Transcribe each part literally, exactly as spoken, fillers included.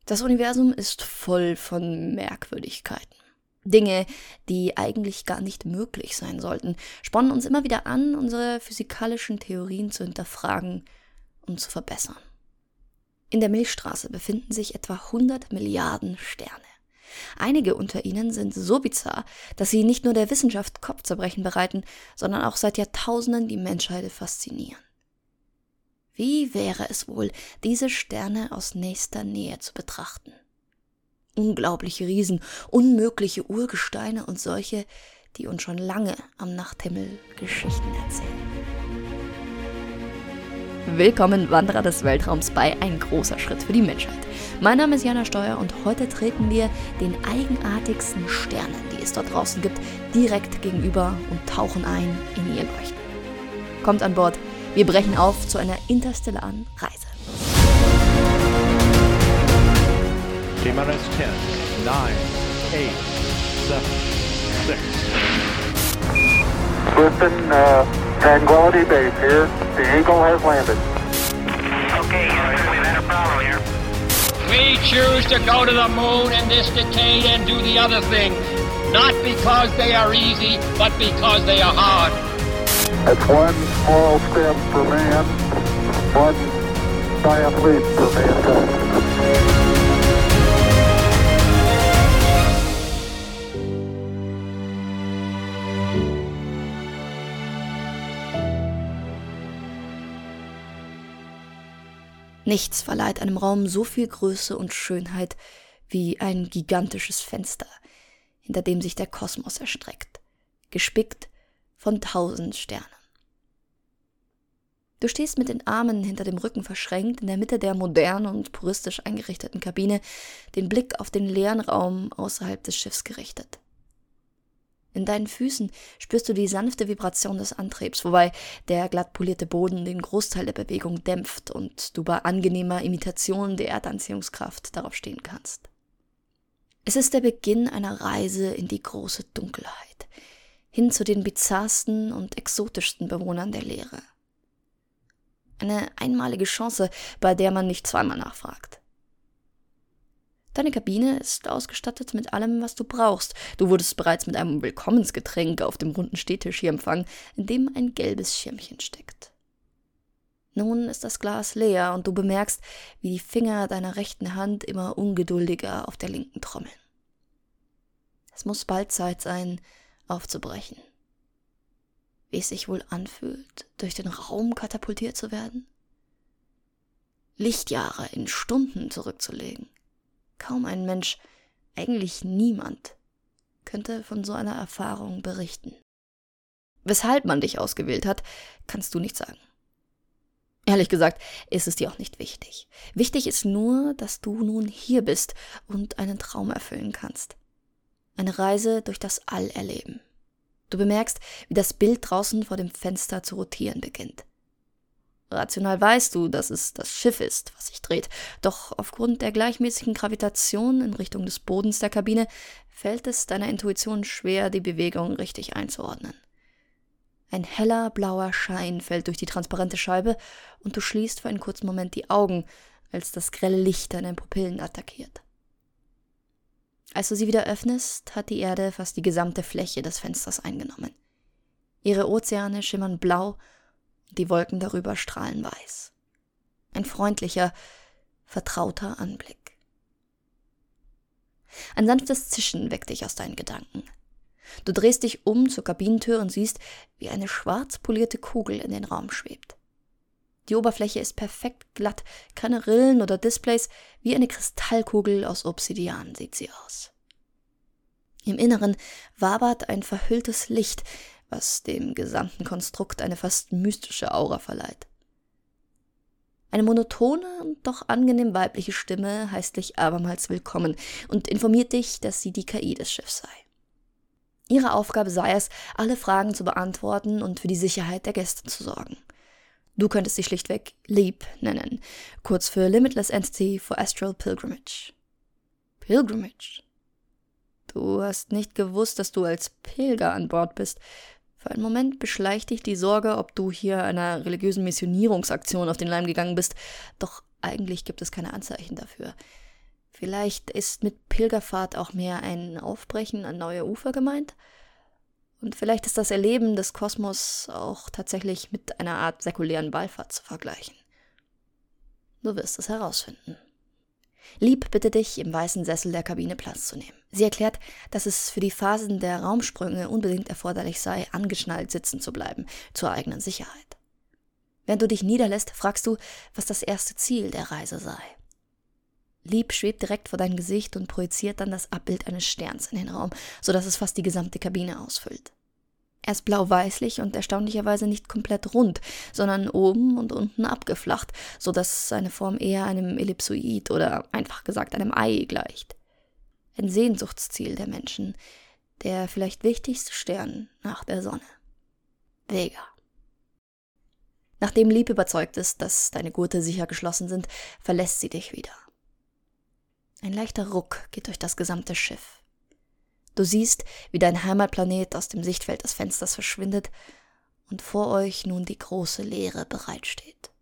Das Universum ist voll von Merkwürdigkeiten. Dinge, die eigentlich gar nicht möglich sein sollten, spornen uns immer wieder an, unsere physikalischen Theorien zu hinterfragen und zu verbessern. In der Milchstraße befinden sich etwa hundert Milliarden Sterne. Einige unter ihnen sind so bizarr, dass sie nicht nur der Wissenschaft Kopfzerbrechen bereiten, sondern auch seit Jahrtausenden die Menschheit faszinieren. Wie wäre es wohl, diese Sterne aus nächster Nähe zu betrachten? Unglaubliche Riesen, unmögliche Urgesteine und solche, die uns schon lange am Nachthimmel Geschichten erzählen. Willkommen, Wanderer des Weltraums, bei Ein großer Schritt für die Menschheit. Mein Name ist Jana Steuer und heute treten wir den eigenartigsten Sternen, die es dort draußen gibt, direkt gegenüber und tauchen ein in ihr Leuchten. Kommt an Bord, wir brechen auf zu einer interstellaren Reise. T-minus ten, nine, eight, seven, six. Houston, uh, Tranquility Base here. The Eagle has landed. Okay, Houston, we've had a problem here. We choose to go to the moon in this decade and do the other things, not because they are easy, but because they are hard. That's one small step for man, one giant leap for mankind. Nichts verleiht einem Raum so viel Größe und Schönheit wie ein gigantisches Fenster, hinter dem sich der Kosmos erstreckt, gespickt von tausend Sternen. Du stehst mit den Armen hinter dem Rücken verschränkt in der Mitte der modern und puristisch eingerichteten Kabine, den Blick auf den leeren Raum außerhalb des Schiffs gerichtet. In deinen Füßen spürst du die sanfte Vibration des Antriebs, wobei der glatt polierte Boden den Großteil der Bewegung dämpft und du bei angenehmer Imitation der Erdanziehungskraft darauf stehen kannst. Es ist der Beginn einer Reise in die große Dunkelheit, hin zu den bizarrsten und exotischsten Bewohnern der Leere. Eine einmalige Chance, bei der man nicht zweimal nachfragt. Deine Kabine ist ausgestattet mit allem, was du brauchst. Du wurdest bereits mit einem Willkommensgetränk auf dem runden Stehtisch hier empfangen, in dem ein gelbes Schirmchen steckt. Nun ist das Glas leer und du bemerkst, wie die Finger deiner rechten Hand immer ungeduldiger auf der linken trommeln. Es muss bald Zeit sein, aufzubrechen. Wie es sich wohl anfühlt, durch den Raum katapultiert zu werden? Lichtjahre in Stunden zurückzulegen. Kaum ein Mensch, eigentlich niemand, könnte von so einer Erfahrung berichten. Weshalb man dich ausgewählt hat, kannst du nicht sagen. Ehrlich gesagt, ist es dir auch nicht wichtig. Wichtig ist nur, dass du nun hier bist und einen Traum erfüllen kannst. Eine Reise durch das All erleben. Du bemerkst, wie das Bild draußen vor dem Fenster zu rotieren beginnt. Rational weißt du, dass es das Schiff ist, was sich dreht, doch aufgrund der gleichmäßigen Gravitation in Richtung des Bodens der Kabine fällt es deiner Intuition schwer, die Bewegung richtig einzuordnen. Ein heller, blauer Schein fällt durch die transparente Scheibe und du schließt für einen kurzen Moment die Augen, als das grelle Licht deine Pupillen attackiert. Als du sie wieder öffnest, hat die Erde fast die gesamte Fläche des Fensters eingenommen. Ihre Ozeane schimmern blau, die Wolken darüber strahlen weiß. Ein freundlicher, vertrauter Anblick. Ein sanftes Zischen weckt dich aus deinen Gedanken. Du drehst dich um zur Kabinentür und siehst, wie eine schwarz polierte Kugel in den Raum schwebt. Die Oberfläche ist perfekt glatt, keine Rillen oder Displays, wie eine Kristallkugel aus Obsidian sieht sie aus. Im Inneren wabert ein verhülltes Licht, was dem gesamten Konstrukt eine fast mystische Aura verleiht. Eine monotone und doch angenehm weibliche Stimme heißt dich abermals willkommen und informiert dich, dass sie die K I des Schiffs sei. Ihre Aufgabe sei es, alle Fragen zu beantworten und für die Sicherheit der Gäste zu sorgen. Du könntest sie schlichtweg Leap nennen, kurz für Limitless Entity for Astral Pilgrimage. Pilgrimage? Du hast nicht gewusst, dass du als Pilger an Bord bist. Für einen Moment beschleicht dich die Sorge, ob du hier einer religiösen Missionierungsaktion auf den Leim gegangen bist, doch eigentlich gibt es keine Anzeichen dafür. Vielleicht ist mit Pilgerfahrt auch mehr ein Aufbrechen an neue Ufer gemeint. Und vielleicht ist das Erleben des Kosmos auch tatsächlich mit einer Art säkulären Wallfahrt zu vergleichen. Du wirst es herausfinden. Lieb bitte dich, im weißen Sessel der Kabine Platz zu nehmen. Sie erklärt, dass es für die Phasen der Raumsprünge unbedingt erforderlich sei, angeschnallt sitzen zu bleiben, zur eigenen Sicherheit. Während du dich niederlässt, fragst du, was das erste Ziel der Reise sei. Lieb schwebt direkt vor dein Gesicht und projiziert dann das Abbild eines Sterns in den Raum, sodass es fast die gesamte Kabine ausfüllt. Er ist blau-weißlich und erstaunlicherweise nicht komplett rund, sondern oben und unten abgeflacht, sodass seine Form eher einem Ellipsoid oder einfach gesagt einem Ei gleicht. Ein Sehnsuchtsziel der Menschen, der vielleicht wichtigste Stern nach der Sonne. Vega. Nachdem Lieb überzeugt ist, dass deine Gurte sicher geschlossen sind, verlässt sie dich wieder. Ein leichter Ruck geht durch das gesamte Schiff. Du siehst, wie dein Heimatplanet aus dem Sichtfeld des Fensters verschwindet und vor euch nun die große Leere bereitsteht.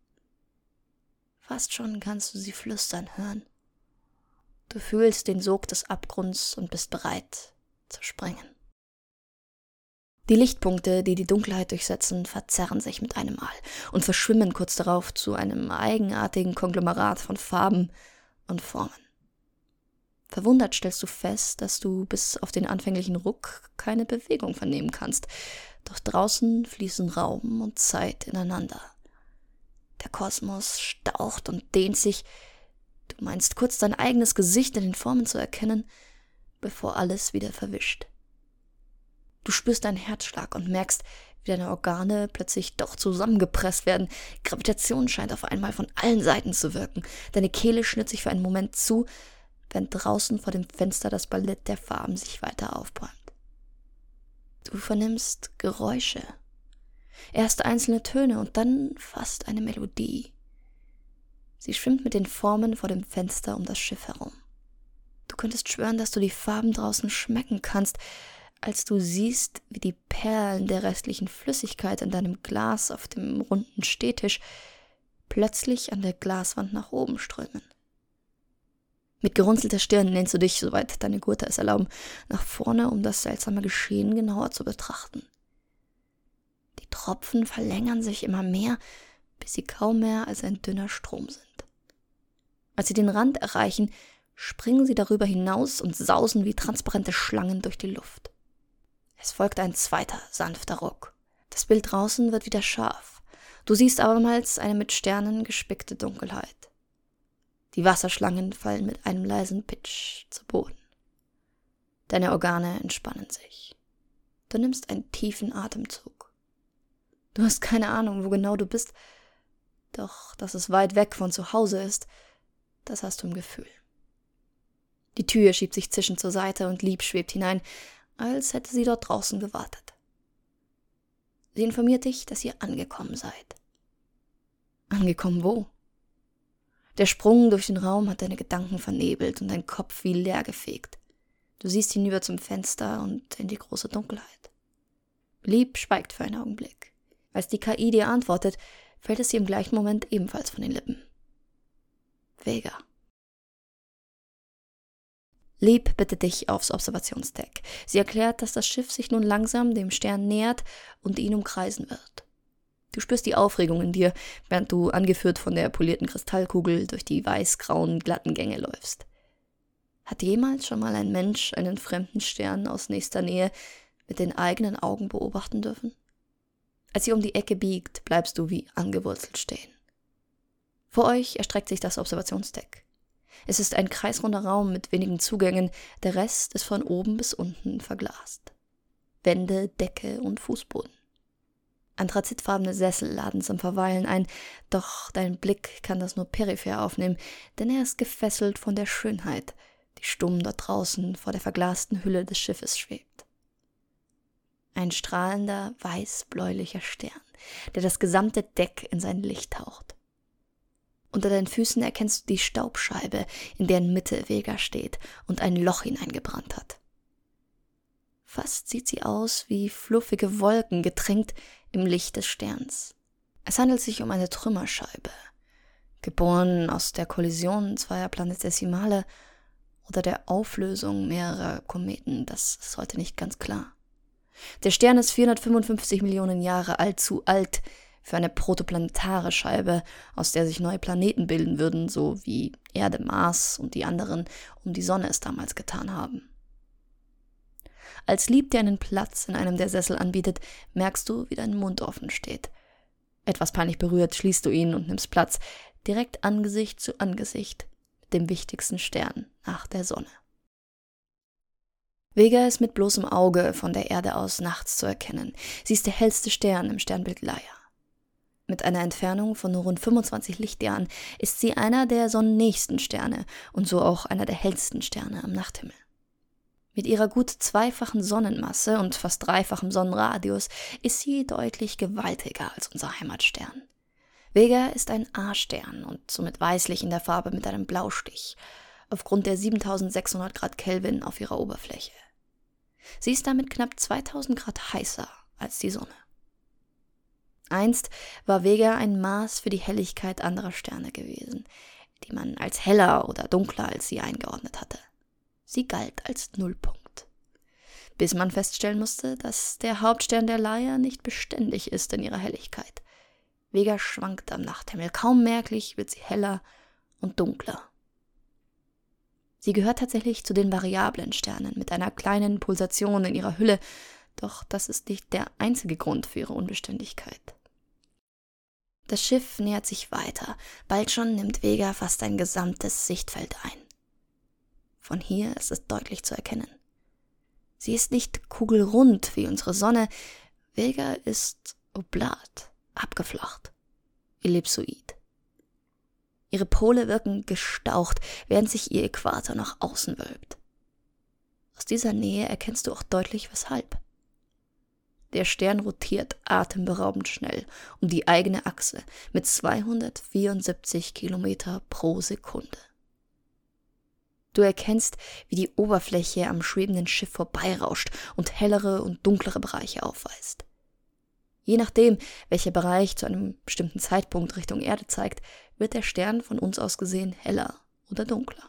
Fast schon kannst du sie flüstern hören. Du fühlst den Sog des Abgrunds und bist bereit zu springen. Die Lichtpunkte, die die Dunkelheit durchsetzen, verzerren sich mit einem Mal und verschwimmen kurz darauf zu einem eigenartigen Konglomerat von Farben und Formen. Verwundert stellst du fest, dass du bis auf den anfänglichen Ruck keine Bewegung vernehmen kannst, doch draußen fließen Raum und Zeit ineinander. Der Kosmos staucht und dehnt sich, du meinst kurz dein eigenes Gesicht in den Formen zu erkennen, bevor alles wieder verwischt. Du spürst deinen Herzschlag und merkst, wie deine Organe plötzlich doch zusammengepresst werden. Gravitation scheint auf einmal von allen Seiten zu wirken. Deine Kehle schnürt sich für einen Moment zu, während draußen vor dem Fenster das Ballett der Farben sich weiter aufbäumt. Du vernimmst Geräusche. Erst einzelne Töne und dann fast eine Melodie. Sie schwimmt mit den Formen vor dem Fenster um das Schiff herum. Du könntest schwören, dass du die Farben draußen schmecken kannst, als du siehst, wie die Perlen der restlichen Flüssigkeit in deinem Glas auf dem runden Stehtisch plötzlich an der Glaswand nach oben strömen. Mit gerunzelter Stirn lehnst du dich, soweit deine Gurte es erlauben, nach vorne, um das seltsame Geschehen genauer zu betrachten. Die Tropfen verlängern sich immer mehr, bis sie kaum mehr als ein dünner Strom sind. Als sie den Rand erreichen, springen sie darüber hinaus und sausen wie transparente Schlangen durch die Luft. Es folgt ein zweiter, sanfter Ruck. Das Bild draußen wird wieder scharf. Du siehst abermals eine mit Sternen gespickte Dunkelheit. Die Wasserschlangen fallen mit einem leisen Pitsch zu Boden. Deine Organe entspannen sich. Du nimmst einen tiefen Atemzug. Du hast keine Ahnung, wo genau du bist, doch dass es weit weg von zu Hause ist, das hast du im Gefühl. Die Tür schiebt sich zischend zur Seite und Lieb schwebt hinein, als hätte sie dort draußen gewartet. Sie informiert dich, dass ihr angekommen seid. Angekommen wo? Der Sprung durch den Raum hat deine Gedanken vernebelt und dein Kopf wie leer gefegt. Du siehst hinüber zum Fenster und in die große Dunkelheit. Lieb schweigt für einen Augenblick. Als die K I dir antwortet, fällt es ihr im gleichen Moment ebenfalls von den Lippen. Vega. Lieb bittet dich aufs Observationsdeck. Sie erklärt, dass das Schiff sich nun langsam dem Stern nähert und ihn umkreisen wird. Du spürst die Aufregung in dir, während du, angeführt von der polierten Kristallkugel, durch die weiß-grauen, glatten Gänge läufst. Hat jemals schon mal ein Mensch einen fremden Stern aus nächster Nähe mit den eigenen Augen beobachten dürfen? Als sie um die Ecke biegt, bleibst du wie angewurzelt stehen. Vor euch erstreckt sich das Observationsdeck. Es ist ein kreisrunder Raum mit wenigen Zugängen, der Rest ist von oben bis unten verglast. Wände, Decke und Fußboden. Anthrazitfarbene Sessel laden zum Verweilen ein, doch dein Blick kann das nur peripher aufnehmen, denn er ist gefesselt von der Schönheit, die stumm dort draußen vor der verglasten Hülle des Schiffes schwebt. Ein strahlender, weiß-bläulicher Stern, der das gesamte Deck in sein Licht taucht. Unter deinen Füßen erkennst du die Staubscheibe, in deren Mitte Vega steht und ein Loch hineingebrannt hat. Fast sieht sie aus wie fluffige Wolken, getränkt im Licht des Sterns. Es handelt sich um eine Trümmerscheibe, geboren aus der Kollision zweier Planetesimale oder der Auflösung mehrerer Kometen, das ist heute nicht ganz klar. Der Stern ist vierhundertfünfundfünfzig Millionen Jahre alt, zu alt für eine protoplanetare Scheibe, aus der sich neue Planeten bilden würden, so wie Erde, Mars und die anderen um die Sonne es damals getan haben. Als Lieb dir einen Platz in einem der Sessel anbietet, merkst du, wie dein Mund offen steht. Etwas peinlich berührt schließt du ihn und nimmst Platz, direkt Angesicht zu Angesicht mit dem wichtigsten Stern nach der Sonne. Vega ist mit bloßem Auge von der Erde aus nachts zu erkennen. Sie ist der hellste Stern im Sternbild Leia. Mit einer Entfernung von nur rund fünfundzwanzig Lichtjahren ist sie einer der sonnennächsten Sterne und so auch einer der hellsten Sterne am Nachthimmel. Mit ihrer gut zweifachen Sonnenmasse und fast dreifachem Sonnenradius ist sie deutlich gewaltiger als unser Heimatstern. Vega ist ein A-Stern und somit weißlich in der Farbe mit einem Blaustich, aufgrund der siebentausendsechshundert Grad Kelvin auf ihrer Oberfläche. Sie ist damit knapp zweitausend Grad heißer als die Sonne. Einst war Vega ein Maß für die Helligkeit anderer Sterne gewesen, die man als heller oder dunkler als sie eingeordnet hatte. Sie galt als Nullpunkt. Bis man feststellen musste, dass der Hauptstern der Leia nicht beständig ist in ihrer Helligkeit. Vega schwankt am Nachthimmel, kaum merklich wird sie heller und dunkler. Sie gehört tatsächlich zu den variablen Sternen mit einer kleinen Pulsation in ihrer Hülle, doch das ist nicht der einzige Grund für ihre Unbeständigkeit. Das Schiff nähert sich weiter, bald schon nimmt Vega fast ein gesamtes Sichtfeld ein. Von hier ist es deutlich zu erkennen. Sie ist nicht kugelrund wie unsere Sonne, Vega ist oblat, abgeflacht, ellipsoid. Ihre Pole wirken gestaucht, während sich ihr Äquator nach außen wölbt. Aus dieser Nähe erkennst du auch deutlich, weshalb. Der Stern rotiert atemberaubend schnell um die eigene Achse mit zweihundertvierundsiebzig Kilometer pro Sekunde. Du erkennst, wie die Oberfläche am schwebenden Schiff vorbeirauscht und hellere und dunklere Bereiche aufweist. Je nachdem, welcher Bereich zu einem bestimmten Zeitpunkt Richtung Erde zeigt, wird der Stern von uns aus gesehen heller oder dunkler.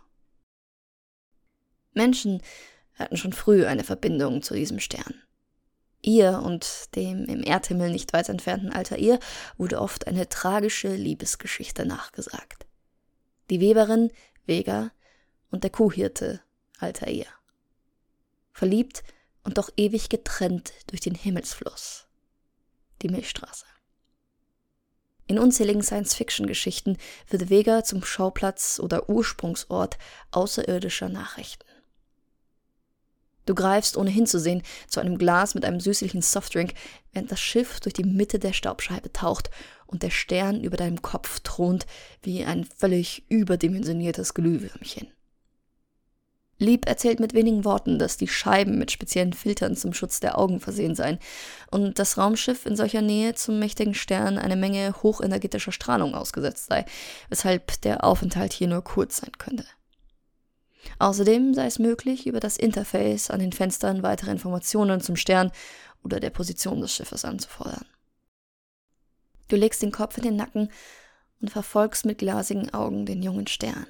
Menschen hatten schon früh eine Verbindung zu diesem Stern. Ihr und dem im Erdhimmel nicht weit entfernten Altair wurde oft eine tragische Liebesgeschichte nachgesagt. Die Weberin, Vega, und der Kuhhirte, Altair. Verliebt und doch ewig getrennt durch den Himmelsfluss, die Milchstraße. In unzähligen Science-Fiction-Geschichten wird Vega zum Schauplatz oder Ursprungsort außerirdischer Nachrichten. Du greifst, ohne hinzusehen, zu einem Glas mit einem süßlichen Softdrink, während das Schiff durch die Mitte der Staubscheibe taucht und der Stern über deinem Kopf thront wie ein völlig überdimensioniertes Glühwürmchen. Lieb erzählt mit wenigen Worten, dass die Scheiben mit speziellen Filtern zum Schutz der Augen versehen seien und das Raumschiff in solcher Nähe zum mächtigen Stern eine Menge hochenergetischer Strahlung ausgesetzt sei, weshalb der Aufenthalt hier nur kurz sein könnte. Außerdem sei es möglich, über das Interface an den Fenstern weitere Informationen zum Stern oder der Position des Schiffes anzufordern. Du legst den Kopf in den Nacken und verfolgst mit glasigen Augen den jungen Stern.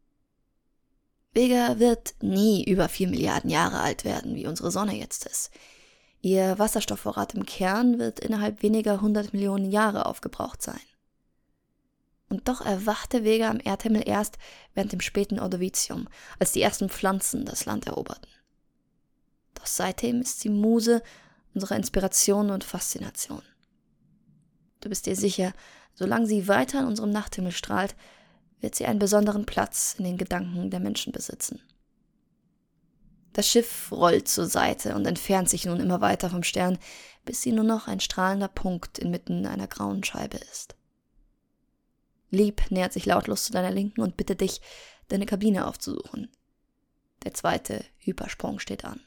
Vega wird nie über vier Milliarden Jahre alt werden, wie unsere Sonne jetzt ist. Ihr Wasserstoffvorrat im Kern wird innerhalb weniger hundert Millionen Jahre aufgebraucht sein. Und doch erwachte Vega am Erdhimmel erst während dem späten Ordovizium, als die ersten Pflanzen das Land eroberten. Doch seitdem ist sie Muse unserer Inspiration und Faszination. Du bist dir sicher, solange sie weiter an unserem Nachthimmel strahlt, wird sie einen besonderen Platz in den Gedanken der Menschen besitzen. Das Schiff rollt zur Seite und entfernt sich nun immer weiter vom Stern, bis sie nur noch ein strahlender Punkt inmitten einer grauen Scheibe ist. Lieb nähert sich lautlos zu deiner Linken und bittet dich, deine Kabine aufzusuchen. Der zweite Hypersprung steht an.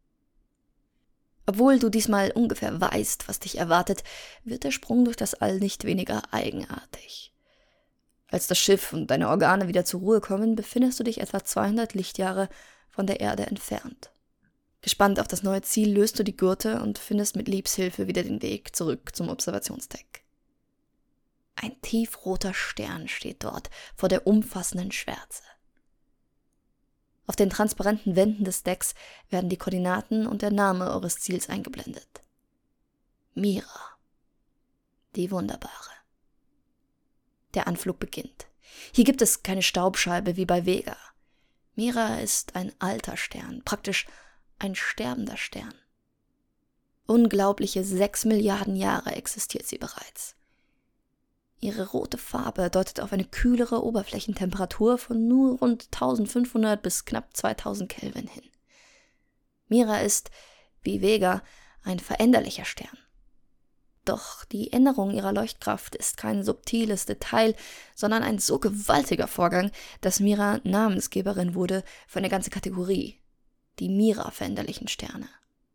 Obwohl du diesmal ungefähr weißt, was dich erwartet, wird der Sprung durch das All nicht weniger eigenartig. Als das Schiff und deine Organe wieder zur Ruhe kommen, befindest du dich etwa zweihundert Lichtjahre von der Erde entfernt. Gespannt auf das neue Ziel löst du die Gurte und findest mit Liebs Hilfe wieder den Weg zurück zum Observationsdeck. Ein tiefroter Stern steht dort vor der umfassenden Schwärze. Auf den transparenten Wänden des Decks werden die Koordinaten und der Name eures Ziels eingeblendet. Mira. Die Wunderbare. Der Anflug beginnt. Hier gibt es keine Staubscheibe wie bei Vega. Mira ist ein alter Stern, praktisch ein sterbender Stern. Unglaubliche sechs Milliarden Jahre existiert sie bereits. Ihre rote Farbe deutet auf eine kühlere Oberflächentemperatur von nur rund eintausendfünfhundert bis knapp zweitausend Kelvin hin. Mira ist, wie Vega, ein veränderlicher Stern. Doch die Änderung ihrer Leuchtkraft ist kein subtiles Detail, sondern ein so gewaltiger Vorgang, dass Mira Namensgeberin wurde für eine ganze Kategorie, die Mira-veränderlichen Sterne.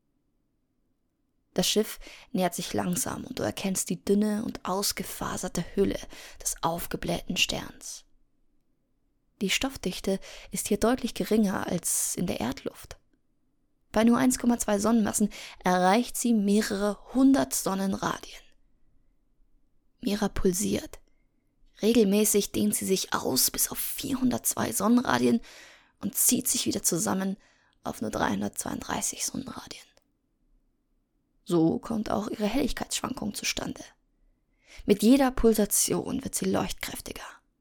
Das Schiff nähert sich langsam und du erkennst die dünne und ausgefaserte Hülle des aufgeblähten Sterns. Die Stoffdichte ist hier deutlich geringer als in der Erdluft. Bei nur eins Komma zwei Sonnenmassen erreicht sie mehrere hundert Sonnenradien. Mira pulsiert. Regelmäßig dehnt sie sich aus bis auf vierhundertzwei Sonnenradien und zieht sich wieder zusammen auf nur dreihundertzweiunddreißig Sonnenradien. So kommt auch ihre Helligkeitsschwankung zustande. Mit jeder Pulsation wird sie leuchtkräftiger.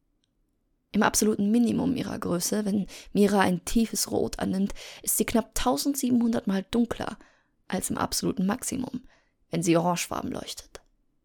Im absoluten Minimum ihrer Größe, wenn Mira ein tiefes Rot annimmt, ist sie knapp eintausendsiebenhundert Mal dunkler als im absoluten Maximum, wenn sie orangefarben leuchtet.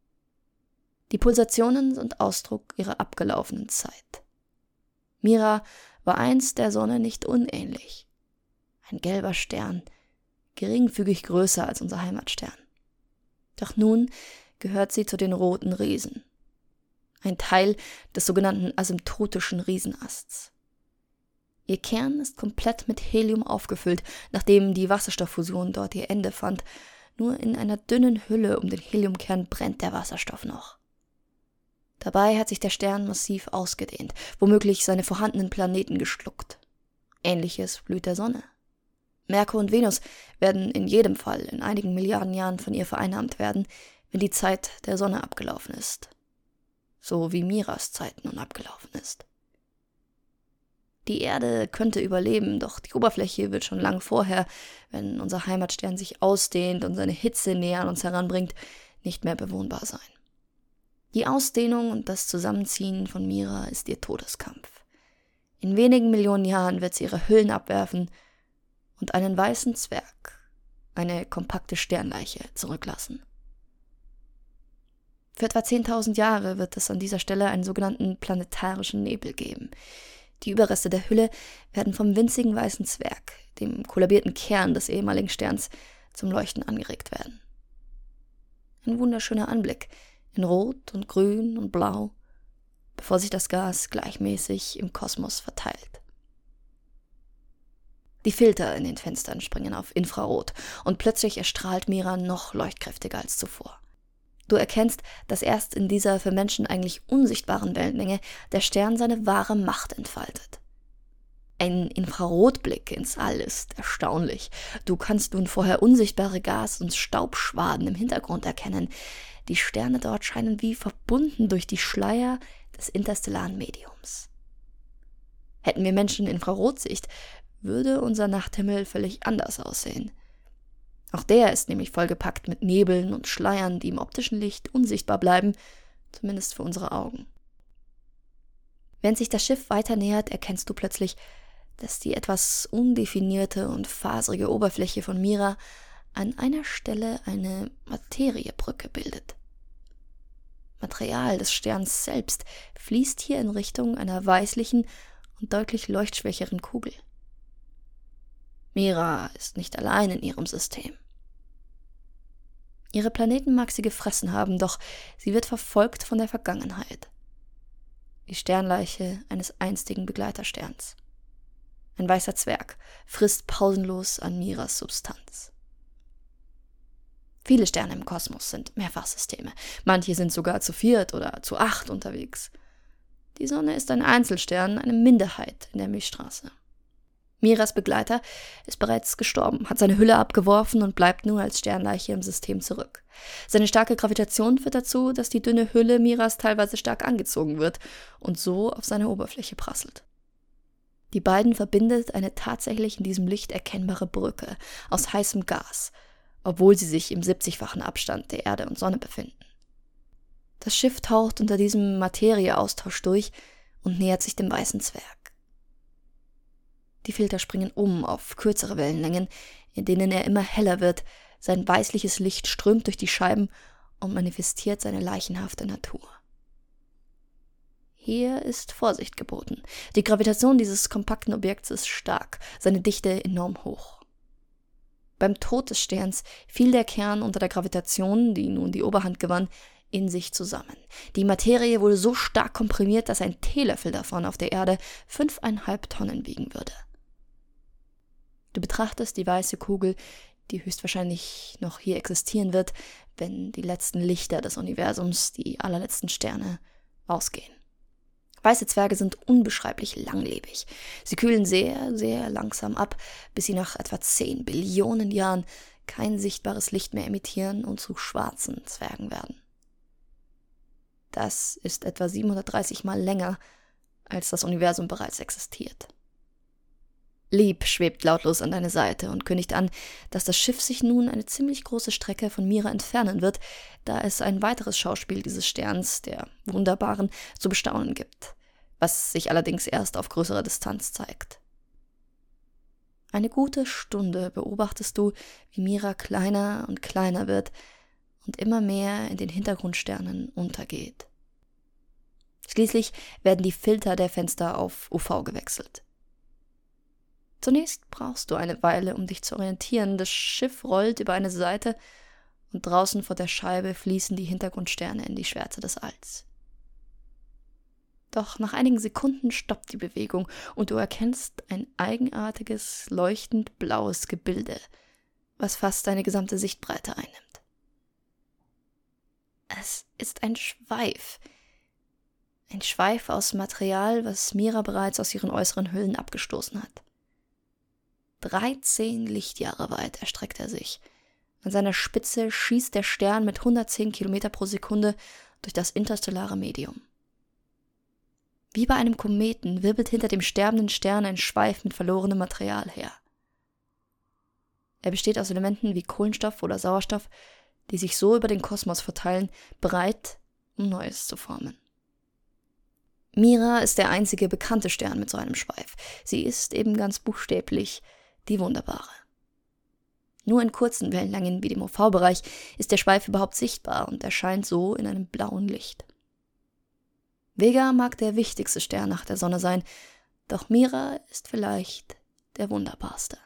Die Pulsationen sind Ausdruck ihrer abgelaufenen Zeit. Mira war einst der Sonne nicht unähnlich. Ein gelber Stern, geringfügig größer als unser Heimatstern. Doch nun gehört sie zu den roten Riesen. Ein Teil des sogenannten asymptotischen Riesenasts. Ihr Kern ist komplett mit Helium aufgefüllt, nachdem die Wasserstofffusion dort ihr Ende fand. Nur in einer dünnen Hülle um den Heliumkern brennt der Wasserstoff noch. Dabei hat sich der Stern massiv ausgedehnt, womöglich seine vorhandenen Planeten geschluckt. Ähnliches blüht der Sonne. Merkur und Venus werden in jedem Fall in einigen Milliarden Jahren von ihr vereinnahmt werden, wenn die Zeit der Sonne abgelaufen ist. So wie Miras Zeit nun abgelaufen ist. Die Erde könnte überleben, doch die Oberfläche wird schon lang vorher, wenn unser Heimatstern sich ausdehnt und seine Hitze näher an uns heranbringt, nicht mehr bewohnbar sein. Die Ausdehnung und das Zusammenziehen von Mira ist ihr Todeskampf. In wenigen Millionen Jahren wird sie ihre Hüllen abwerfen und einen weißen Zwerg, eine kompakte Sternleiche, zurücklassen. Für etwa zehntausend Jahre wird es an dieser Stelle einen sogenannten planetarischen Nebel geben. Die Überreste der Hülle werden vom winzigen weißen Zwerg, dem kollabierten Kern des ehemaligen Sterns, zum Leuchten angeregt werden. Ein wunderschöner Anblick, in Rot und Grün und Blau, bevor sich das Gas gleichmäßig im Kosmos verteilt. Die Filter in den Fenstern springen auf Infrarot und plötzlich erstrahlt Mira noch leuchtkräftiger als zuvor. Du erkennst, dass erst in dieser für Menschen eigentlich unsichtbaren Wellenlänge der Stern seine wahre Macht entfaltet. Ein Infrarotblick ins All ist erstaunlich. Du kannst nun vorher unsichtbare Gas- und Staubschwaden im Hintergrund erkennen. Die Sterne dort scheinen wie verbunden durch die Schleier des interstellaren Mediums. Hätten wir Menschen Infrarotsicht, würde unser Nachthimmel völlig anders aussehen. Auch der ist nämlich vollgepackt mit Nebeln und Schleiern, die im optischen Licht unsichtbar bleiben, zumindest für unsere Augen. Während sich das Schiff weiter nähert, erkennst du plötzlich, dass die etwas undefinierte und faserige Oberfläche von Mira an einer Stelle eine Materiebrücke bildet. Material des Sterns selbst fließt hier in Richtung einer weißlichen und deutlich leuchtschwächeren Kugel. Mira ist nicht allein in ihrem System. Ihre Planeten mag sie gefressen haben, doch sie wird verfolgt von der Vergangenheit. Die Sternleiche eines einstigen Begleitersterns. Ein weißer Zwerg frisst pausenlos an Miras Substanz. Viele Sterne im Kosmos sind Mehrfachsysteme. Manche sind sogar zu viert oder zu acht unterwegs. Die Sonne ist ein Einzelstern, eine Minderheit in der Milchstraße. Miras Begleiter ist bereits gestorben, hat seine Hülle abgeworfen und bleibt nur als Sternleiche im System zurück. Seine starke Gravitation führt dazu, dass die dünne Hülle Miras teilweise stark angezogen wird und so auf seine Oberfläche prasselt. Die beiden verbindet eine tatsächlich in diesem Licht erkennbare Brücke aus heißem Gas, obwohl sie sich im siebzigfachen Abstand der Erde und Sonne befinden. Das Schiff taucht unter diesem Materieaustausch durch und nähert sich dem weißen Zwerg. Die Filter springen um auf kürzere Wellenlängen, in denen er immer heller wird, sein weißliches Licht strömt durch die Scheiben und manifestiert seine leichenhafte Natur. Hier ist Vorsicht geboten. Die Gravitation dieses kompakten Objekts ist stark, seine Dichte enorm hoch. Beim Tod des Sterns fiel der Kern unter der Gravitation, die nun die Oberhand gewann, in sich zusammen. Die Materie wurde so stark komprimiert, dass ein Teelöffel davon auf der Erde fünfeinhalb Tonnen wiegen würde. Du betrachtest die weiße Kugel, die höchstwahrscheinlich noch hier existieren wird, wenn die letzten Lichter des Universums, die allerletzten Sterne, ausgehen. Weiße Zwerge sind unbeschreiblich langlebig. Sie kühlen sehr, sehr langsam ab, bis sie nach etwa zehn Billionen Jahren kein sichtbares Licht mehr emittieren und zu schwarzen Zwergen werden. Das ist etwa siebenhundertdreißig Mal länger, als das Universum bereits existiert. Lieb schwebt lautlos an deine Seite und kündigt an, dass das Schiff sich nun eine ziemlich große Strecke von Mira entfernen wird, da es ein weiteres Schauspiel dieses Sterns, der Wunderbaren, zu bestaunen gibt, was sich allerdings erst auf größerer Distanz zeigt. Eine gute Stunde beobachtest du, wie Mira kleiner und kleiner wird und immer mehr in den Hintergrundsternen untergeht. Schließlich werden die Filter der Fenster auf U V gewechselt. Zunächst brauchst du eine Weile, um dich zu orientieren. Das Schiff rollt über eine Seite und draußen vor der Scheibe fließen die Hintergrundsterne in die Schwärze des Alls. Doch nach einigen Sekunden stoppt die Bewegung und du erkennst ein eigenartiges, leuchtend blaues Gebilde, was fast deine gesamte Sichtbreite einnimmt. Es ist ein Schweif. Ein Schweif aus Material, was Mira bereits aus ihren äußeren Hüllen abgestoßen hat. Dreizehn Lichtjahre weit erstreckt er sich. An seiner Spitze schießt der Stern mit hundertzehn Kilometer pro Sekunde durch das interstellare Medium. Wie bei einem Kometen wirbelt hinter dem sterbenden Stern ein Schweif mit verlorenem Material her. Er besteht aus Elementen wie Kohlenstoff oder Sauerstoff, die sich so über den Kosmos verteilen, bereit, um Neues zu formen. Mira ist der einzige bekannte Stern mit so einem Schweif. Sie ist eben ganz buchstäblich die Wunderbare. Nur in kurzen Wellenlängen wie dem U V-Bereich ist der Schweif überhaupt sichtbar und erscheint so in einem blauen Licht. Vega mag der wichtigste Stern nach der Sonne sein, doch Mira ist vielleicht der wunderbarste.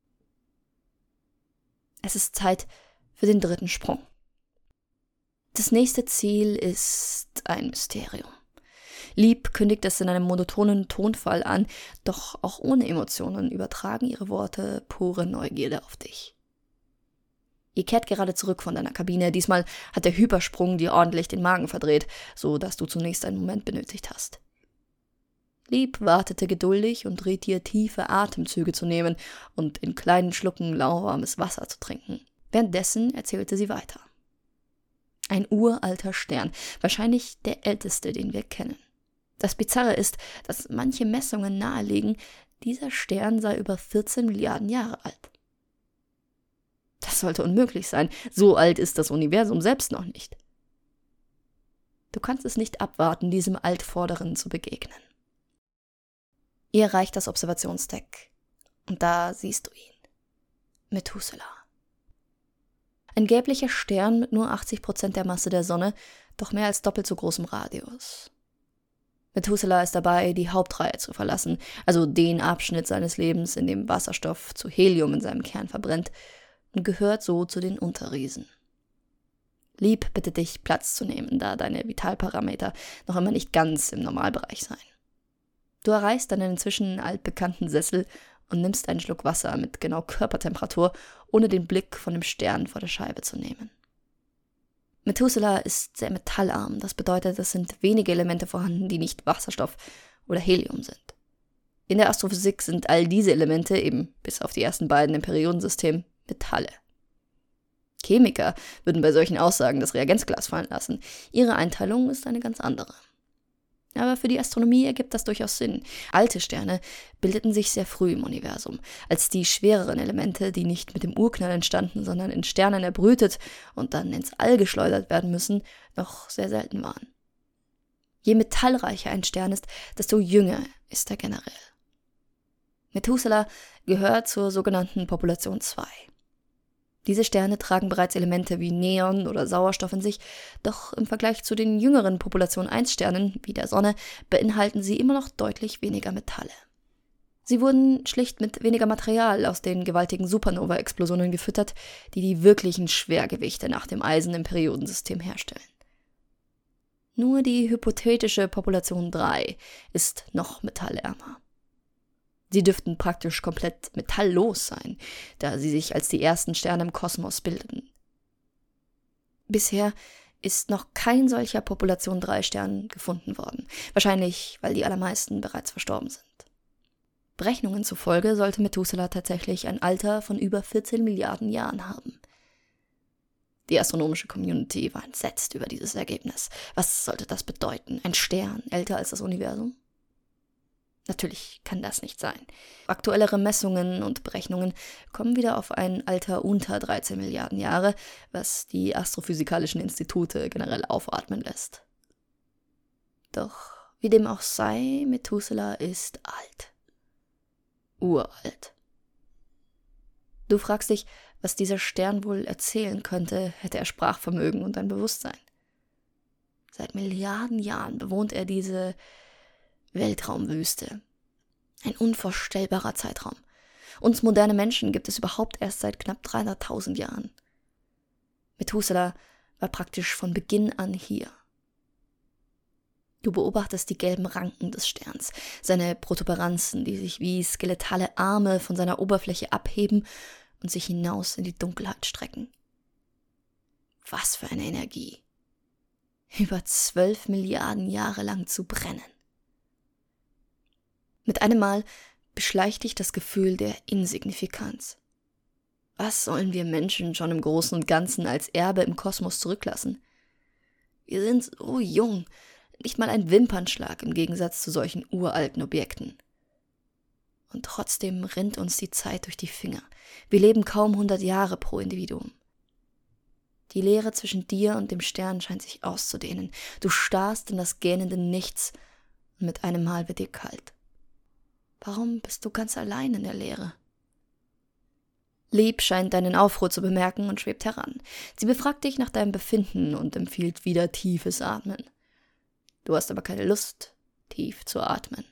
Es ist Zeit für den dritten Sprung. Das nächste Ziel ist ein Mysterium. Lieb kündigt es in einem monotonen Tonfall an, doch auch ohne Emotionen übertragen ihre Worte pure Neugierde auf dich. Ihr kehrt gerade zurück von deiner Kabine. Diesmal hat der Hypersprung dir ordentlich den Magen verdreht, so dass du zunächst einen Moment benötigt hast. Lieb wartete geduldig und riet dir, tiefe Atemzüge zu nehmen und in kleinen Schlucken lauwarmes Wasser zu trinken. Währenddessen erzählte sie weiter. Ein uralter Stern, wahrscheinlich der älteste, den wir kennen. Das Bizarre ist, dass manche Messungen nahelegen, dieser Stern sei über vierzehn Milliarden Jahre alt. Das sollte unmöglich sein, so alt ist das Universum selbst noch nicht. Du kannst es nicht abwarten, diesem Altvorderen zu begegnen. Ihr erreicht das Observationsdeck und da siehst du ihn. Methuselah. Ein gelblicher Stern mit nur achtzig Prozent der Masse der Sonne, doch mehr als doppelt so großem Radius. Methuselah ist dabei, die Hauptreihe zu verlassen, also den Abschnitt seines Lebens, in dem Wasserstoff zu Helium in seinem Kern verbrennt, und gehört so zu den Unterriesen. Lieb bittet dich, Platz zu nehmen, da deine Vitalparameter noch immer nicht ganz im Normalbereich seien. Du erreichst deinen inzwischen altbekannten Sessel und nimmst einen Schluck Wasser mit genau Körpertemperatur, ohne den Blick von dem Stern vor der Scheibe zu nehmen. Methuselah ist sehr metallarm, das bedeutet, es sind wenige Elemente vorhanden, die nicht Wasserstoff oder Helium sind. In der Astrophysik sind all diese Elemente, eben bis auf die ersten beiden im Periodensystem, Metalle. Chemiker würden bei solchen Aussagen das Reagenzglas fallen lassen. Ihre Einteilung ist eine ganz andere. Aber für die Astronomie ergibt das durchaus Sinn. Alte Sterne bildeten sich sehr früh im Universum, als die schwereren Elemente, die nicht mit dem Urknall entstanden, sondern in Sternen erbrütet und dann ins All geschleudert werden müssen, noch sehr selten waren. Je metallreicher ein Stern ist, desto jünger ist er generell. Methuselah gehört zur sogenannten Population zwei. Diese Sterne tragen bereits Elemente wie Neon oder Sauerstoff in sich, doch im Vergleich zu den jüngeren Population eins Sternen, wie der Sonne, beinhalten sie immer noch deutlich weniger Metalle. Sie wurden schlicht mit weniger Material aus den gewaltigen Supernova-Explosionen gefüttert, die die wirklichen Schwergewichte nach dem Eisen im Periodensystem herstellen. Nur die hypothetische Population drei ist noch metallärmer. Sie dürften praktisch komplett metalllos sein, da sie sich als die ersten Sterne im Kosmos bildeten. Bisher ist noch kein solcher Population drei Stern gefunden worden, wahrscheinlich weil die allermeisten bereits verstorben sind. Berechnungen zufolge sollte Methuselah tatsächlich ein Alter von über vierzehn Milliarden Jahren haben. Die astronomische Community war entsetzt über dieses Ergebnis. Was sollte das bedeuten? Ein Stern älter als das Universum? Natürlich kann das nicht sein. Aktuellere Messungen und Berechnungen kommen wieder auf ein Alter unter dreizehn Milliarden Jahre, was die astrophysikalischen Institute generell aufatmen lässt. Doch wie dem auch sei, Methuselah ist alt. Uralt. Du fragst dich, was dieser Stern wohl erzählen könnte, hätte er Sprachvermögen und ein Bewusstsein. Seit Milliarden Jahren bewohnt er diese Weltraumwüste. Ein unvorstellbarer Zeitraum. Uns moderne Menschen gibt es überhaupt erst seit knapp dreihunderttausend Jahren. Methuselah war praktisch von Beginn an hier. Du beobachtest die gelben Ranken des Sterns, seine Protuberanzen, die sich wie skelettale Arme von seiner Oberfläche abheben und sich hinaus in die Dunkelheit strecken. Was für eine Energie! Über zwölf Milliarden Jahre lang zu brennen. Mit einem Mal beschleicht dich das Gefühl der Insignifikanz. Was sollen wir Menschen schon im Großen und Ganzen als Erbe im Kosmos zurücklassen? Wir sind so jung, nicht mal ein Wimpernschlag im Gegensatz zu solchen uralten Objekten. Und trotzdem rinnt uns die Zeit durch die Finger. Wir leben kaum hundert Jahre pro Individuum. Die Leere zwischen dir und dem Stern scheint sich auszudehnen. Du starrst in das gähnende Nichts und mit einem Mal wird dir kalt. Warum bist du ganz allein in der Leere? Lieb scheint deinen Aufruhr zu bemerken und schwebt heran. Sie befragt dich nach deinem Befinden und empfiehlt wieder tiefes Atmen. Du hast aber keine Lust, tief zu atmen.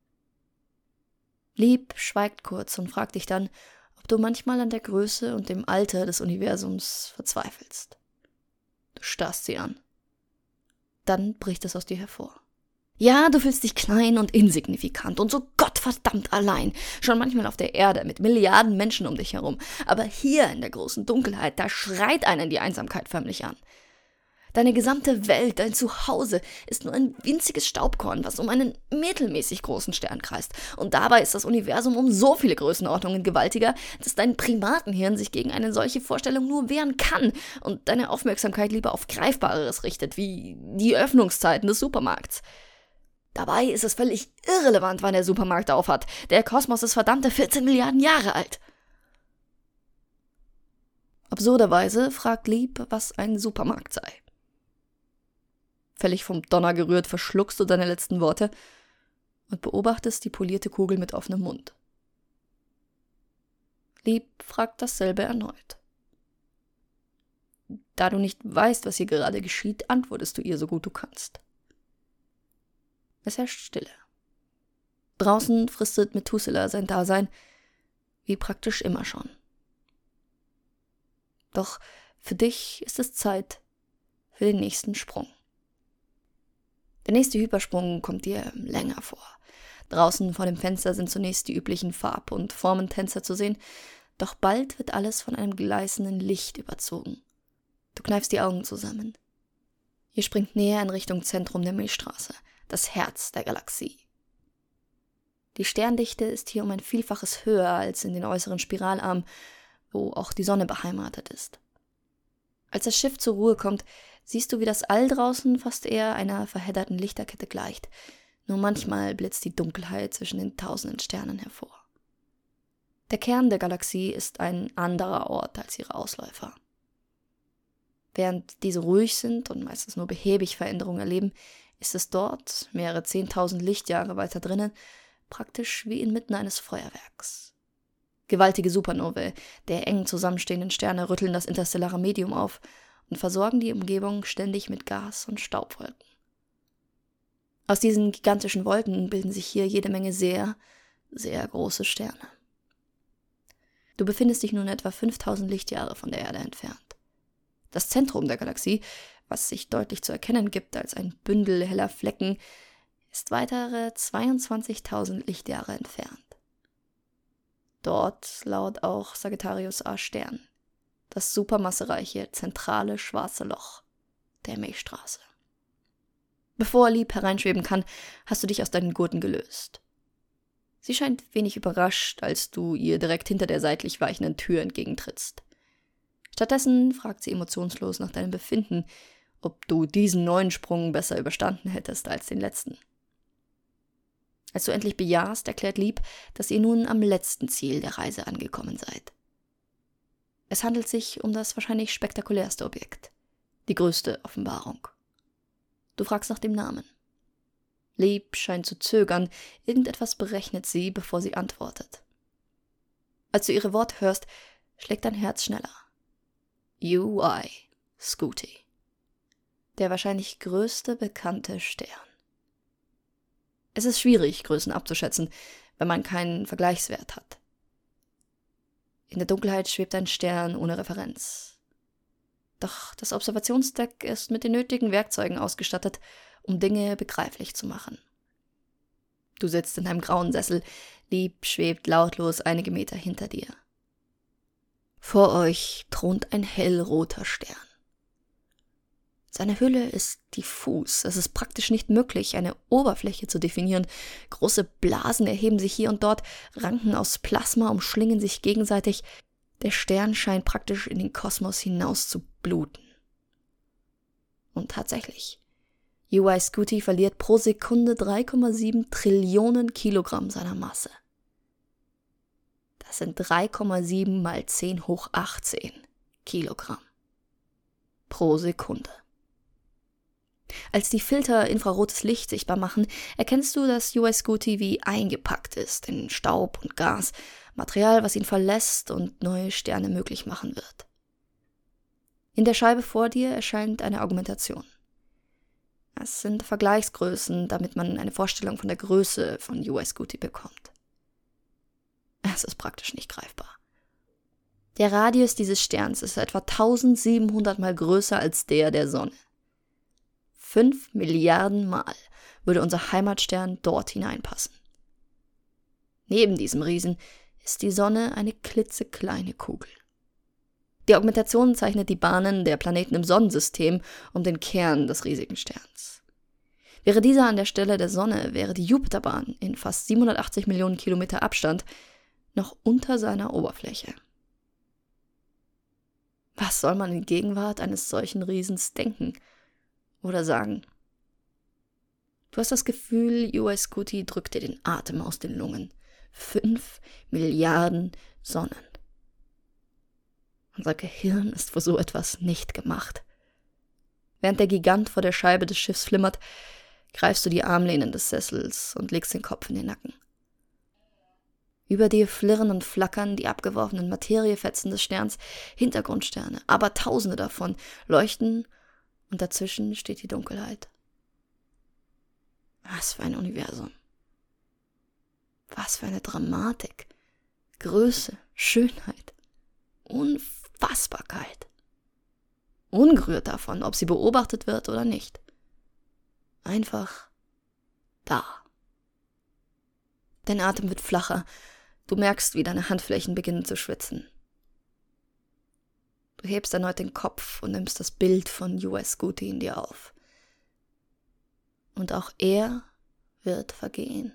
Lieb schweigt kurz und fragt dich dann, ob du manchmal an der Größe und dem Alter des Universums verzweifelst. Du starrst sie an. Dann bricht es aus dir hervor. Ja, du fühlst dich klein und insignifikant und so gottverdammt allein, schon manchmal auf der Erde mit Milliarden Menschen um dich herum. Aber hier in der großen Dunkelheit, da schreit einen die Einsamkeit förmlich an. Deine gesamte Welt, dein Zuhause, ist nur ein winziges Staubkorn, was um einen mittelmäßig großen Stern kreist. Und dabei ist das Universum um so viele Größenordnungen gewaltiger, dass dein Primatenhirn sich gegen eine solche Vorstellung nur wehren kann und deine Aufmerksamkeit lieber auf Greifbareres richtet, wie die Öffnungszeiten des Supermarkts. Dabei ist es völlig irrelevant, wann der Supermarkt aufhat. Der Kosmos ist verdammte vierzehn Milliarden Jahre alt. Absurderweise fragt Lieb, was ein Supermarkt sei. Völlig vom Donner gerührt verschluckst du deine letzten Worte und beobachtest die polierte Kugel mit offenem Mund. Lieb fragt dasselbe erneut. Da du nicht weißt, was hier gerade geschieht, antwortest du ihr so gut du kannst. Es herrscht Stille. Draußen fristet Methuselah sein Dasein, wie praktisch immer schon. Doch für dich ist es Zeit für den nächsten Sprung. Der nächste Hypersprung kommt dir länger vor. Draußen vor dem Fenster sind zunächst die üblichen Farb- und Formentänzer zu sehen, doch bald wird alles von einem gleißenden Licht überzogen. Du kneifst die Augen zusammen. Ihr springt näher in Richtung Zentrum der Milchstraße, das Herz der Galaxie. Die Sterndichte ist hier um ein Vielfaches höher als in den äußeren Spiralarmen, wo auch die Sonne beheimatet ist. Als das Schiff zur Ruhe kommt, siehst du, wie das All draußen fast eher einer verhedderten Lichterkette gleicht. Nur manchmal blitzt die Dunkelheit zwischen den tausenden Sternen hervor. Der Kern der Galaxie ist ein anderer Ort als ihre Ausläufer. Während diese ruhig sind und meistens nur behäbig Veränderungen erleben, ist es dort, mehrere zehntausend Lichtjahre weiter drinnen, praktisch wie inmitten eines Feuerwerks. Gewaltige Supernovae der eng zusammenstehenden Sterne rütteln das interstellare Medium auf und versorgen die Umgebung ständig mit Gas- und Staubwolken. Aus diesen gigantischen Wolken bilden sich hier jede Menge sehr, sehr große Sterne. Du befindest dich nun etwa fünftausend Lichtjahre von der Erde entfernt. Das Zentrum der Galaxie, was sich deutlich zu erkennen gibt als ein Bündel heller Flecken, ist weitere zweiundzwanzigtausend Lichtjahre entfernt. Dort lauert auch Sagittarius A Stern, das supermassereiche zentrale schwarze Loch der Milchstraße. Bevor Lieb hereinschweben kann, hast du dich aus deinen Gurten gelöst. Sie scheint wenig überrascht, als du ihr direkt hinter der seitlich weichenden Tür entgegentrittst. Stattdessen fragt sie emotionslos nach deinem Befinden, ob du diesen neuen Sprung besser überstanden hättest als den letzten. Als du endlich bejahst, erklärt Lieb, dass ihr nun am letzten Ziel der Reise angekommen seid. Es handelt sich um das wahrscheinlich spektakulärste Objekt, die größte Offenbarung. Du fragst nach dem Namen. Lieb scheint zu zögern, irgendetwas berechnet sie, bevor sie antwortet. Als du ihre Worte hörst, schlägt dein Herz schneller. U I Scuti. Der wahrscheinlich größte bekannte Stern. Es ist schwierig, Größen abzuschätzen, wenn man keinen Vergleichswert hat. In der Dunkelheit schwebt ein Stern ohne Referenz. Doch das Observationsdeck ist mit den nötigen Werkzeugen ausgestattet, um Dinge begreiflich zu machen. Du sitzt in einem grauen Sessel, Lieb schwebt lautlos einige Meter hinter dir. Vor euch thront ein hellroter Stern. Seine Hülle ist diffus, es ist praktisch nicht möglich, eine Oberfläche zu definieren. Große Blasen erheben sich hier und dort, Ranken aus Plasma umschlingen sich gegenseitig. Der Stern scheint praktisch in den Kosmos hinaus zu bluten. Und tatsächlich, U I Scuti verliert pro Sekunde drei Komma sieben Trillionen Kilogramm seiner Masse. Das sind drei Komma sieben mal zehn hoch achtzehn Kilogramm pro Sekunde. Als die Filter infrarotes Licht sichtbar machen, erkennst du, dass U I Scuti wie eingepackt ist in Staub und Gas, Material, was ihn verlässt und neue Sterne möglich machen wird. In der Scheibe vor dir erscheint eine Augmentation. Es sind Vergleichsgrößen, damit man eine Vorstellung von der Größe von U I Scuti bekommt. Es ist praktisch nicht greifbar. Der Radius dieses Sterns ist etwa tausendsiebenhundert Mal größer als der der Sonne. Fünf Milliarden Mal würde unser Heimatstern dort hineinpassen. Neben diesem Riesen ist die Sonne eine klitzekleine Kugel. Die Augmentation zeichnet die Bahnen der Planeten im Sonnensystem um den Kern des riesigen Sterns. Wäre dieser an der Stelle der Sonne, wäre die Jupiterbahn in fast siebenhundertachtzig Millionen Kilometer Abstand noch unter seiner Oberfläche. Was soll man in Gegenwart eines solchen Riesens denken oder sagen? Du hast das Gefühl, U I Scuti drückt dir den Atem aus den Lungen. Fünf Milliarden Sonnen. Unser Gehirn ist für so etwas nicht gemacht. Während der Gigant vor der Scheibe des Schiffs flimmert, greifst du die Armlehnen des Sessels und legst den Kopf in den Nacken. Über dir flirren und flackern die abgeworfenen Materiefetzen des Sterns, Hintergrundsterne, aber tausende davon leuchten und dazwischen steht die Dunkelheit. Was für ein Universum. Was für eine Dramatik, Größe, Schönheit, Unfassbarkeit. Ungerührt davon, ob sie beobachtet wird oder nicht. Einfach da. Dein Atem wird flacher. Du merkst, wie deine Handflächen beginnen zu schwitzen. Du hebst erneut den Kopf und nimmst das Bild von U I Scuti in dir auf. Und auch er wird vergehen.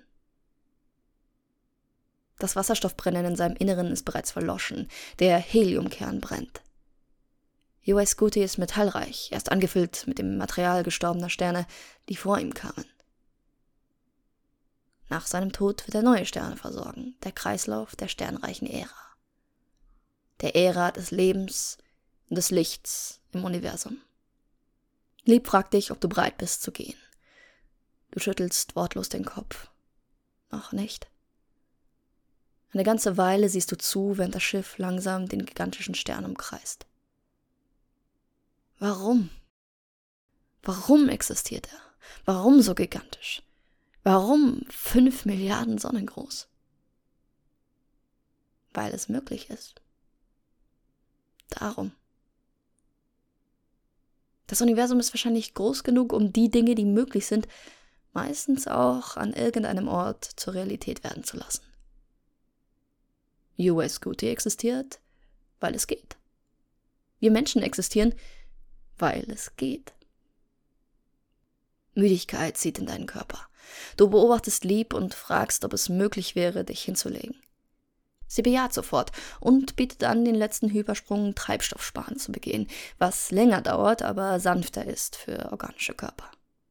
Das Wasserstoffbrennen in seinem Inneren ist bereits verloschen. Der Heliumkern brennt. U S Scotty ist metallreich, er ist angefüllt mit dem Material gestorbener Sterne, die vor ihm kamen. Nach seinem Tod wird er neue Sterne versorgen, der Kreislauf der sternreichen Ära. Der Ära des Lebens und des Lichts im Universum. Lieb fragt dich, ob du bereit bist zu gehen. Du schüttelst wortlos den Kopf. Noch nicht. Eine ganze Weile siehst du zu, während das Schiff langsam den gigantischen Stern umkreist. Warum? Warum existiert er? Warum so gigantisch? Warum fünf Milliarden Sonnen groß? Weil es möglich ist. Darum. Das Universum ist wahrscheinlich groß genug, um die Dinge, die möglich sind, meistens auch an irgendeinem Ort zur Realität werden zu lassen. U S Scotty existiert, weil es geht. Wir Menschen existieren, weil es geht. Müdigkeit zieht in deinen Körper. Du beobachtest Lieb und fragst, ob es möglich wäre, dich hinzulegen. Sie bejaht sofort und bietet an, den letzten Hypersprung Treibstoffsparen zu begehen, was länger dauert, aber sanfter ist für organische Körper.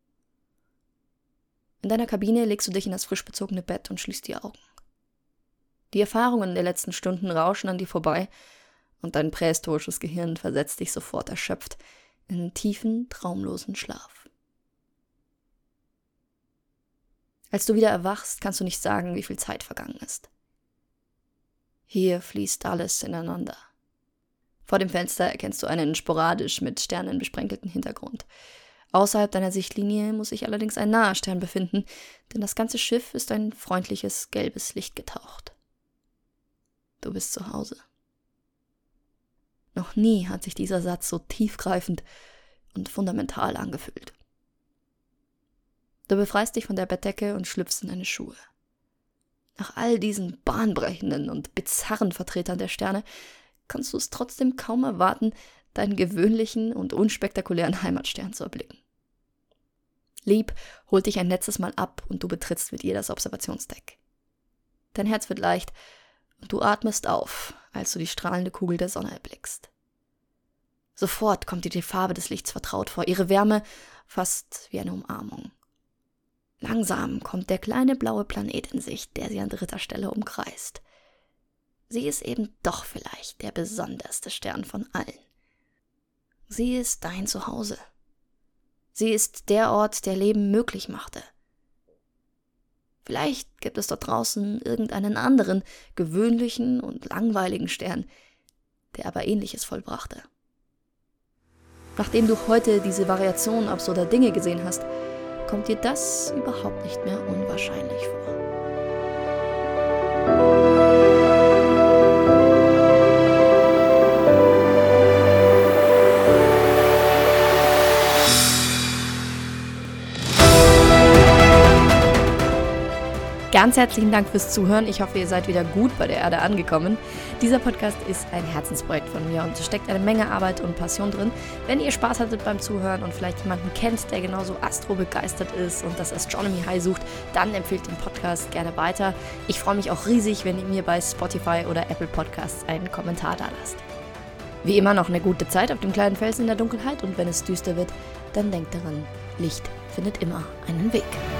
In deiner Kabine legst du dich in das frisch bezogene Bett und schließt die Augen. Die Erfahrungen der letzten Stunden rauschen an dir vorbei und dein prähistorisches Gehirn versetzt dich sofort erschöpft in einen tiefen, traumlosen Schlaf. Als du wieder erwachst, kannst du nicht sagen, wie viel Zeit vergangen ist. Hier fließt alles ineinander. Vor dem Fenster erkennst du einen sporadisch mit Sternen besprenkelten Hintergrund. Außerhalb deiner Sichtlinie muss sich allerdings ein naher Stern befinden, denn das ganze Schiff ist ein freundliches, gelbes Licht getaucht. Du bist zu Hause. Noch nie hat sich dieser Satz so tiefgreifend und fundamental angefühlt. Du befreist dich von der Bettdecke und schlüpfst in deine Schuhe. Nach all diesen bahnbrechenden und bizarren Vertretern der Sterne kannst du es trotzdem kaum erwarten, deinen gewöhnlichen und unspektakulären Heimatstern zu erblicken. Lieb holt dich ein letztes Mal ab und du betrittst mit ihr das Observationsdeck. Dein Herz wird leicht und du atmest auf, als du die strahlende Kugel der Sonne erblickst. Sofort kommt dir die Farbe des Lichts vertraut vor, ihre Wärme fast wie eine Umarmung. Langsam kommt der kleine blaue Planet in Sicht, der sie an dritter Stelle umkreist. Sie ist eben doch vielleicht der besonderste Stern von allen. Sie ist dein Zuhause. Sie ist der Ort, der Leben möglich machte. Vielleicht gibt es dort draußen irgendeinen anderen, gewöhnlichen und langweiligen Stern, der aber Ähnliches vollbrachte. Nachdem du heute diese Variation absurder Dinge gesehen hast, kommt dir das überhaupt nicht mehr unwahrscheinlich vor. Ganz herzlichen Dank fürs Zuhören. Ich hoffe, ihr seid wieder gut bei der Erde angekommen. Dieser Podcast ist ein Herzensprojekt von mir und es steckt eine Menge Arbeit und Passion drin. Wenn ihr Spaß hattet beim Zuhören und vielleicht jemanden kennt, der genauso astrobegeistert ist und das Astronomy High sucht, dann empfehlt den Podcast gerne weiter. Ich freue mich auch riesig, wenn ihr mir bei Spotify oder Apple Podcasts einen Kommentar da lasst. Wie immer noch eine gute Zeit auf dem kleinen Felsen in der Dunkelheit und wenn es düster wird, dann denkt daran, Licht findet immer einen Weg.